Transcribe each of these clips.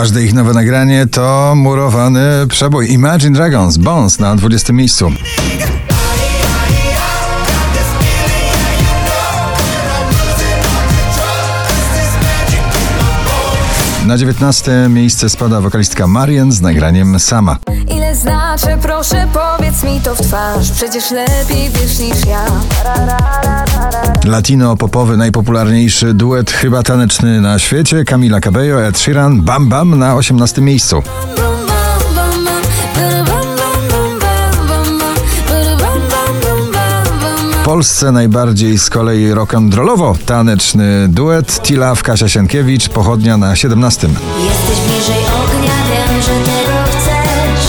Każde ich nowe nagranie to murowany przebój. Imagine Dragons, Bones na 20. miejscu. Na 19. miejsce spada wokalistka Marian z nagraniem Sama. Ile znaczy, proszę powiedz mi to w twarz, przecież lepiej wiesz niż ja. Latino-popowy najpopularniejszy duet chyba taneczny na świecie. Camila Cabello, Ed Sheeran, Bam Bam na 18. miejscu. W Polsce najbardziej z kolei rock'n'rollowo taneczny duet T-Love, Kasia Sienkiewicz, Pochodnia na 17. Jesteś bliżej ognia, wiem, że tego chcesz.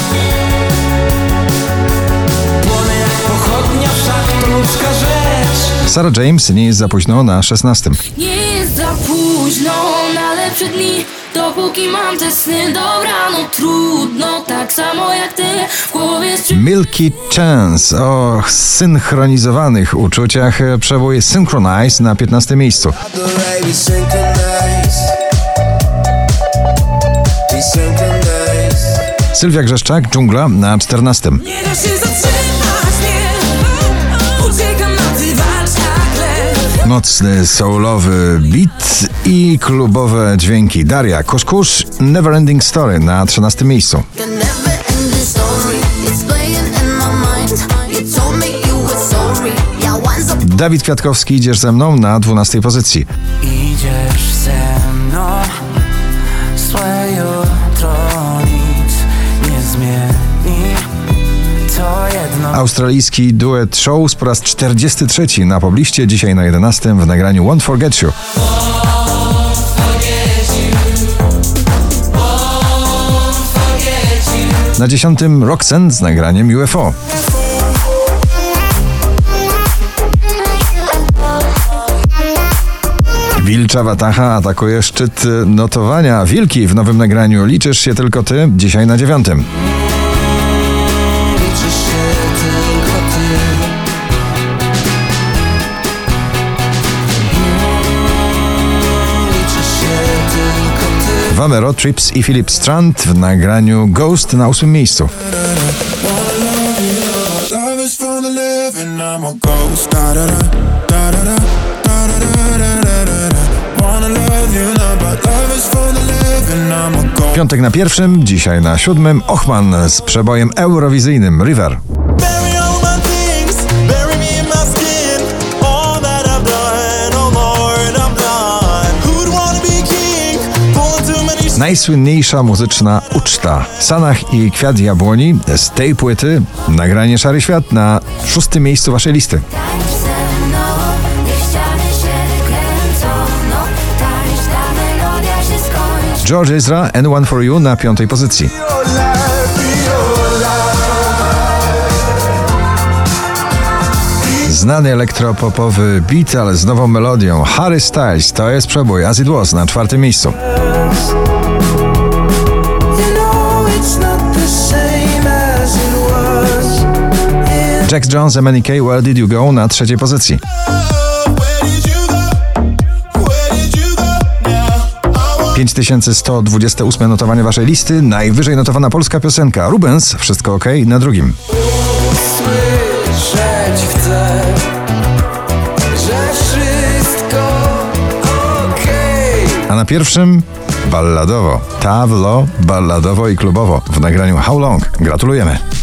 Płonę jak pochodnia, wszak to ludzka rzecz. Sarah James, Nie jest za późno na 16. Nie jest za późno na lepsze dni, dopóki mam te sny. Dobra, no trudno, tak samo jak ty w głowie Milky Chance o synchronizowanych uczuciach, przebój Synchronize na 15. miejscu. Sylwia Grzeszczak, Dżungla na 14. nie da się zatrzymać, nie. Uciekam na ty walcz jak lew. Mocny soulowy beat i klubowe dźwięki. Daria, Kusz Kusz, Neverending Story na 13. miejscu. Dawid Kwiatkowski, Idziesz ze mną na 12. pozycji. Idziesz ze mną, złe jutro nic nie zmieni. To jedno. Australijski duet Shows po raz 43 na pobliście, dzisiaj na 11. w nagraniu Won't Forget You. Na 10. Roxanne z nagraniem UFO. Wilcza Wataha atakuje szczyt notowania. Wilki w nowym nagraniu Liczysz się tylko ty, dzisiaj na 9. Liczysz się tylko ty. Liczysz się tylko ty. Wamero, Trips i Philip Strand w nagraniu Ghost na 8. miejscu. Love is for the living, I'm a ghost. Da da da da da da da da da da da. Wanna love you now, but love is for the living, I'm a ghost. Piątek na 1, dzisiaj na 7. Ochman z przebojem eurowizyjnym River. Bury all my things, bury me in my skin. All that I've done, oh Lord, I'm done. Who'd wanna be king? Pulling too many Najsłynniejsza muzyczna uczta. Sanach i Kwiat Jabłoni z tej płyty nagranie Szary Świat na 6. miejscu waszej listy. Tańcz ze mną, niech ściany się kręcą, no tańcz, ta melodia się skończy. George Ezra, Anyone for You na 5. pozycji. Znany elektropopowy beat, ale z nową melodią. Harry Styles, to jest przebój As It Was na 4. miejscu. Jax Jones, MNK, Where Did You Go na 3. pozycji. 5128 notowanie waszej listy. Najwyżej notowana polska piosenka Rubens, Wszystko OK na 2. Słyszeć chcę, że wszystko okej. A na 1 balladowo. Tawlo, balladowo i klubowo w nagraniu How Long. Gratulujemy.